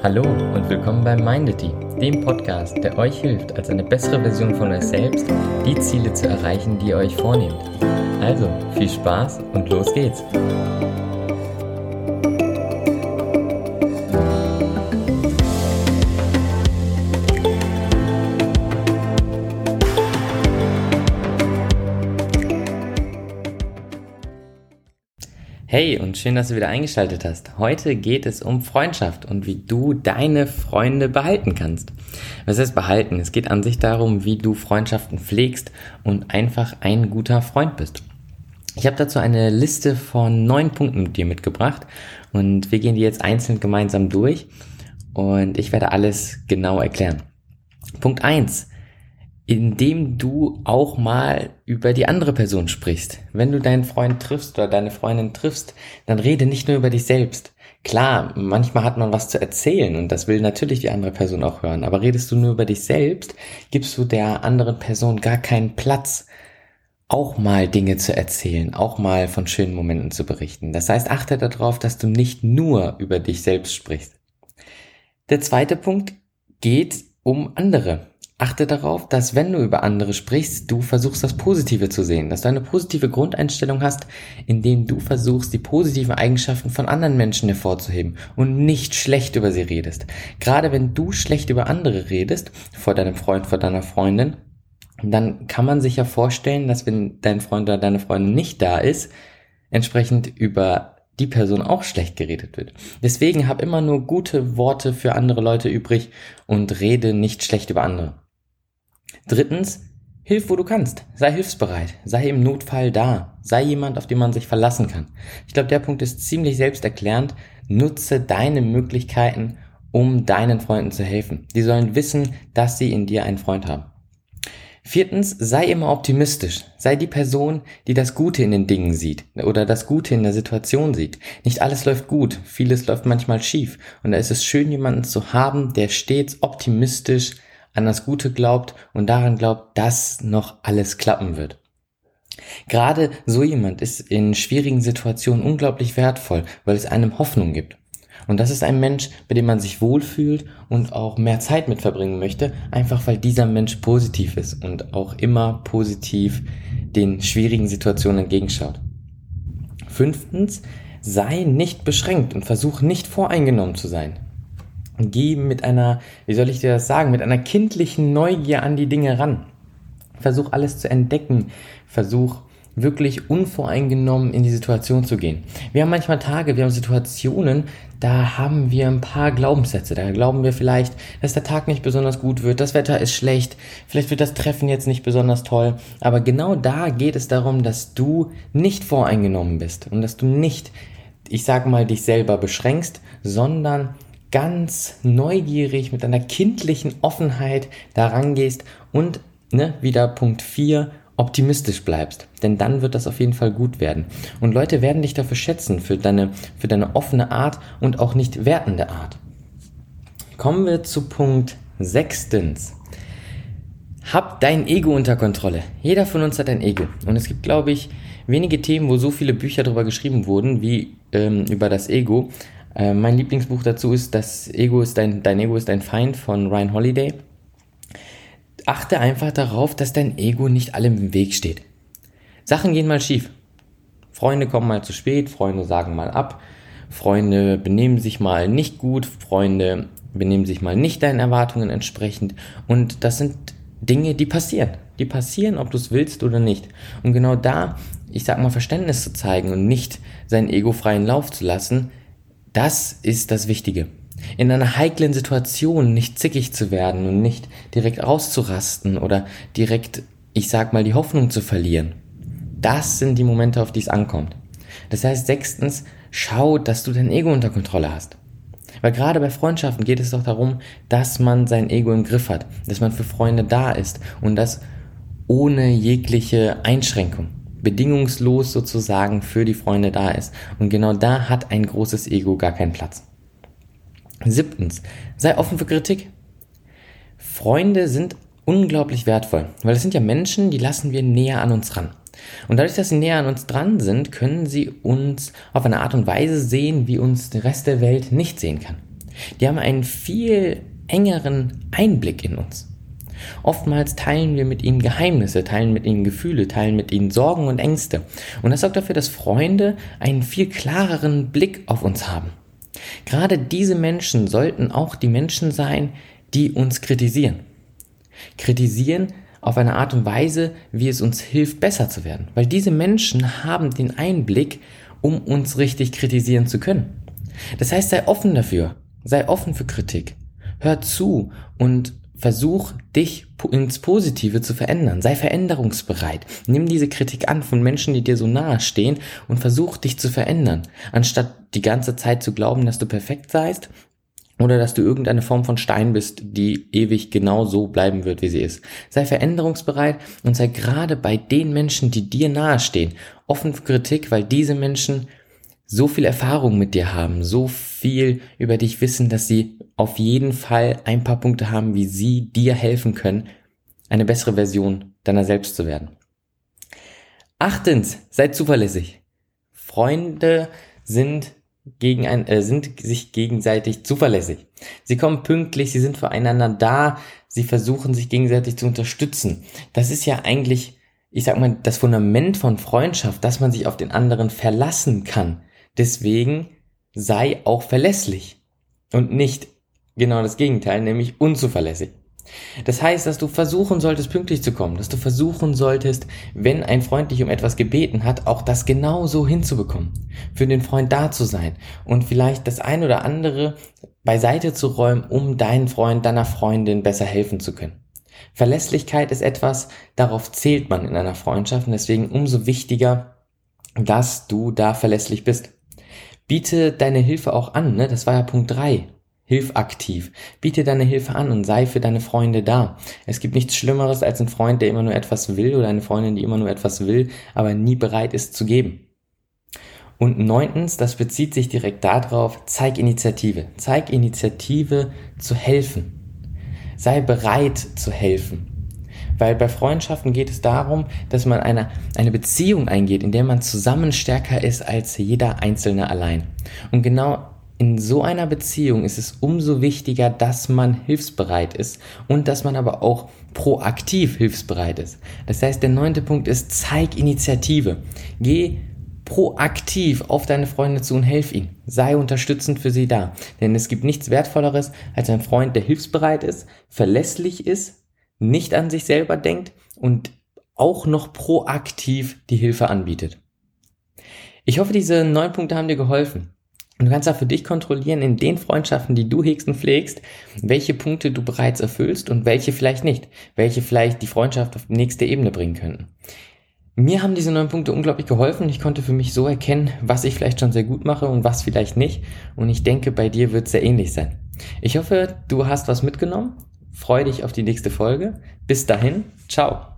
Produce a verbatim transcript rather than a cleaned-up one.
Hallo und willkommen bei Mindity, dem Podcast, der euch hilft, als eine bessere Version von euch selbst die Ziele zu erreichen, die ihr euch vornehmt. Also, viel Spaß und los geht's! Hey und schön, dass du wieder eingeschaltet hast. Heute geht es um Freundschaft und wie du deine Freunde behalten kannst. Was heißt behalten? Es geht an sich darum, wie du Freundschaften pflegst und einfach ein guter Freund bist. Ich habe dazu eine Liste von neun Punkten mit dir mitgebracht und wir gehen die jetzt einzeln gemeinsam durch und ich werde alles genau erklären. Punkt eins. Indem du auch mal über die andere Person sprichst. Wenn du deinen Freund triffst oder deine Freundin triffst, dann rede nicht nur über dich selbst. Klar, manchmal hat man was zu erzählen und das will natürlich die andere Person auch hören, aber redest du nur über dich selbst, gibst du der anderen Person gar keinen Platz, auch mal Dinge zu erzählen, auch mal von schönen Momenten zu berichten. Das heißt, achte darauf, dass du nicht nur über dich selbst sprichst. Der zweite Punkt geht um andere. Achte darauf, dass wenn du über andere sprichst, du versuchst, das Positive zu sehen, dass du eine positive Grundeinstellung hast, indem du versuchst, die positiven Eigenschaften von anderen Menschen hervorzuheben und nicht schlecht über sie redest. Gerade wenn du schlecht über andere redest, vor deinem Freund, vor deiner Freundin, dann kann man sich ja vorstellen, dass wenn dein Freund oder deine Freundin nicht da ist, entsprechend über die Person auch schlecht geredet wird. Deswegen hab immer nur gute Worte für andere Leute übrig und rede nicht schlecht über andere. Drittens, hilf, wo du kannst. Sei hilfsbereit. Sei im Notfall da. Sei jemand, auf den man sich verlassen kann. Ich glaube, der Punkt ist ziemlich selbsterklärend. Nutze deine Möglichkeiten, um deinen Freunden zu helfen. Die sollen wissen, dass sie in dir einen Freund haben. Viertens, sei immer optimistisch. Sei die Person, die das Gute in den Dingen sieht oder das Gute in der Situation sieht. Nicht alles läuft gut, vieles läuft manchmal schief. Und da ist es schön, jemanden zu haben, der stets optimistisch an das Gute glaubt und daran glaubt, dass noch alles klappen wird. Gerade so jemand ist in schwierigen Situationen unglaublich wertvoll, weil es einem Hoffnung gibt. Und das ist ein Mensch, bei dem man sich wohlfühlt und auch mehr Zeit mit verbringen möchte, einfach weil dieser Mensch positiv ist und auch immer positiv den schwierigen Situationen entgegenschaut. Fünftens, sei nicht beschränkt und versuch nicht voreingenommen zu sein. Geh mit einer, wie soll ich dir das sagen, mit einer kindlichen Neugier an die Dinge ran. Versuch alles zu entdecken. Versuch wirklich unvoreingenommen in die Situation zu gehen. Wir haben manchmal Tage, wir haben Situationen, da haben wir ein paar Glaubenssätze. Da glauben wir vielleicht, dass der Tag nicht besonders gut wird, das Wetter ist schlecht, vielleicht wird das Treffen jetzt nicht besonders toll. Aber genau da geht es darum, dass du nicht voreingenommen bist und dass du nicht, ich sage mal, dich selber beschränkst, sondern ganz neugierig mit einer kindlichen Offenheit daran gehst und ne, wieder Punkt vier, optimistisch bleibst. Denn dann wird das auf jeden Fall gut werden. Und Leute werden dich dafür schätzen, für deine, für deine offene Art und auch nicht wertende Art. Kommen wir zu Punkt sechstens. Hab dein Ego unter Kontrolle. Jeder von uns hat ein Ego. Und es gibt, glaube ich, wenige Themen, wo so viele Bücher darüber geschrieben wurden, wie ähm, über das Ego. Äh, mein Lieblingsbuch dazu ist das Ego ist dein, dein Ego ist dein Feind von Ryan Holiday. Achte einfach darauf, dass dein Ego nicht allem im Weg steht. Sachen gehen mal schief. Freunde kommen mal zu spät, Freunde sagen mal ab, Freunde benehmen sich mal nicht gut, Freunde benehmen sich mal nicht deinen Erwartungen entsprechend. Und das sind Dinge, die passieren. Die passieren, ob du es willst oder nicht. Und genau da, ich sag mal, Verständnis zu zeigen und nicht seinen Ego freien Lauf zu lassen, das ist das Wichtige. In einer heiklen Situation nicht zickig zu werden und nicht direkt auszurasten oder direkt, ich sag mal, die Hoffnung zu verlieren. Das sind die Momente, auf die es ankommt. Das heißt, sechstens, schau, dass du dein Ego unter Kontrolle hast. Weil gerade bei Freundschaften geht es doch darum, dass man sein Ego im Griff hat, dass man für Freunde da ist und das ohne jegliche Einschränkung, bedingungslos sozusagen für die Freunde da ist. Und genau da hat ein großes Ego gar keinen Platz. Siebtens, sei offen für Kritik. Freunde sind unglaublich wertvoll, weil es sind ja Menschen, die lassen wir näher an uns ran. Und dadurch, dass sie näher an uns dran sind, können sie uns auf eine Art und Weise sehen, wie uns der Rest der Welt nicht sehen kann. Die haben einen viel engeren Einblick in uns. Oftmals teilen wir mit ihnen Geheimnisse, teilen mit ihnen Gefühle, teilen mit ihnen Sorgen und Ängste. Und das sorgt dafür, dass Freunde einen viel klareren Blick auf uns haben. Gerade diese Menschen sollten auch die Menschen sein, die uns kritisieren. Kritisieren auf eine Art und Weise, wie es uns hilft, besser zu werden. Weil diese Menschen haben den Einblick, um uns richtig kritisieren zu können. Das heißt, sei offen dafür, sei offen für Kritik. Hör zu und versuch, dich ins Positive zu verändern. Sei veränderungsbereit. Nimm diese Kritik an von Menschen, die dir so nahe stehen und versuch, dich zu verändern. Anstatt die ganze Zeit zu glauben, dass du perfekt seist oder dass du irgendeine Form von Stein bist, die ewig genau so bleiben wird, wie sie ist. Sei veränderungsbereit und sei gerade bei den Menschen, die dir nahe stehen, offen für Kritik, weil diese Menschen so viel Erfahrung mit dir haben, so viel über dich wissen, dass sie auf jeden Fall ein paar Punkte haben, wie sie dir helfen können, eine bessere Version deiner selbst zu werden. Achtens, sei zuverlässig. Freunde sind gegen ein, äh, sind sich gegenseitig zuverlässig. Sie kommen pünktlich, sie sind füreinander da, sie versuchen sich gegenseitig zu unterstützen. Das ist ja eigentlich, ich sag mal, das Fundament von Freundschaft, dass man sich auf den anderen verlassen kann. Deswegen sei auch verlässlich und nicht genau das Gegenteil, nämlich unzuverlässig. Das heißt, dass du versuchen solltest, pünktlich zu kommen, dass du versuchen solltest, wenn ein Freund dich um etwas gebeten hat, auch das genau so hinzubekommen, für den Freund da zu sein und vielleicht das ein oder andere beiseite zu räumen, um deinen Freund, deiner Freundin besser helfen zu können. Verlässlichkeit ist etwas, darauf zählt man in einer Freundschaft und deswegen umso wichtiger, dass du da verlässlich bist. Biete deine Hilfe auch an, ne? Das war ja Punkt drei. Hilf aktiv. Biete deine Hilfe an und sei für deine Freunde da. Es gibt nichts Schlimmeres als ein Freund, der immer nur etwas will oder eine Freundin, die immer nur etwas will, aber nie bereit ist zu geben. Und neuntens, das bezieht sich direkt darauf, zeig Initiative. Zeig Initiative zu helfen. Sei bereit zu helfen. Weil bei Freundschaften geht es darum, dass man eine, eine Beziehung eingeht, in der man zusammen stärker ist als jeder Einzelne allein. Und genau in so einer Beziehung ist es umso wichtiger, dass man hilfsbereit ist und dass man aber auch proaktiv hilfsbereit ist. Das heißt, der neunte Punkt ist, zeig Initiative. Geh proaktiv auf deine Freunde zu und helf ihnen. Sei unterstützend für sie da. Denn es gibt nichts Wertvolleres als ein Freund, der hilfsbereit ist, verlässlich ist, nicht an sich selber denkt und auch noch proaktiv die Hilfe anbietet. Ich hoffe, diese neun Punkte haben dir geholfen. Und du kannst auch für dich kontrollieren in den Freundschaften, die du hegst und pflegst, welche Punkte du bereits erfüllst und welche vielleicht nicht. Welche vielleicht die Freundschaft auf die nächste Ebene bringen könnten. Mir haben diese neun Punkte unglaublich geholfen. Ich konnte für mich so erkennen, was ich vielleicht schon sehr gut mache und was vielleicht nicht. Und ich denke, bei dir wird es sehr ähnlich sein. Ich hoffe, du hast was mitgenommen. Freue dich auf die nächste Folge. Bis dahin, ciao.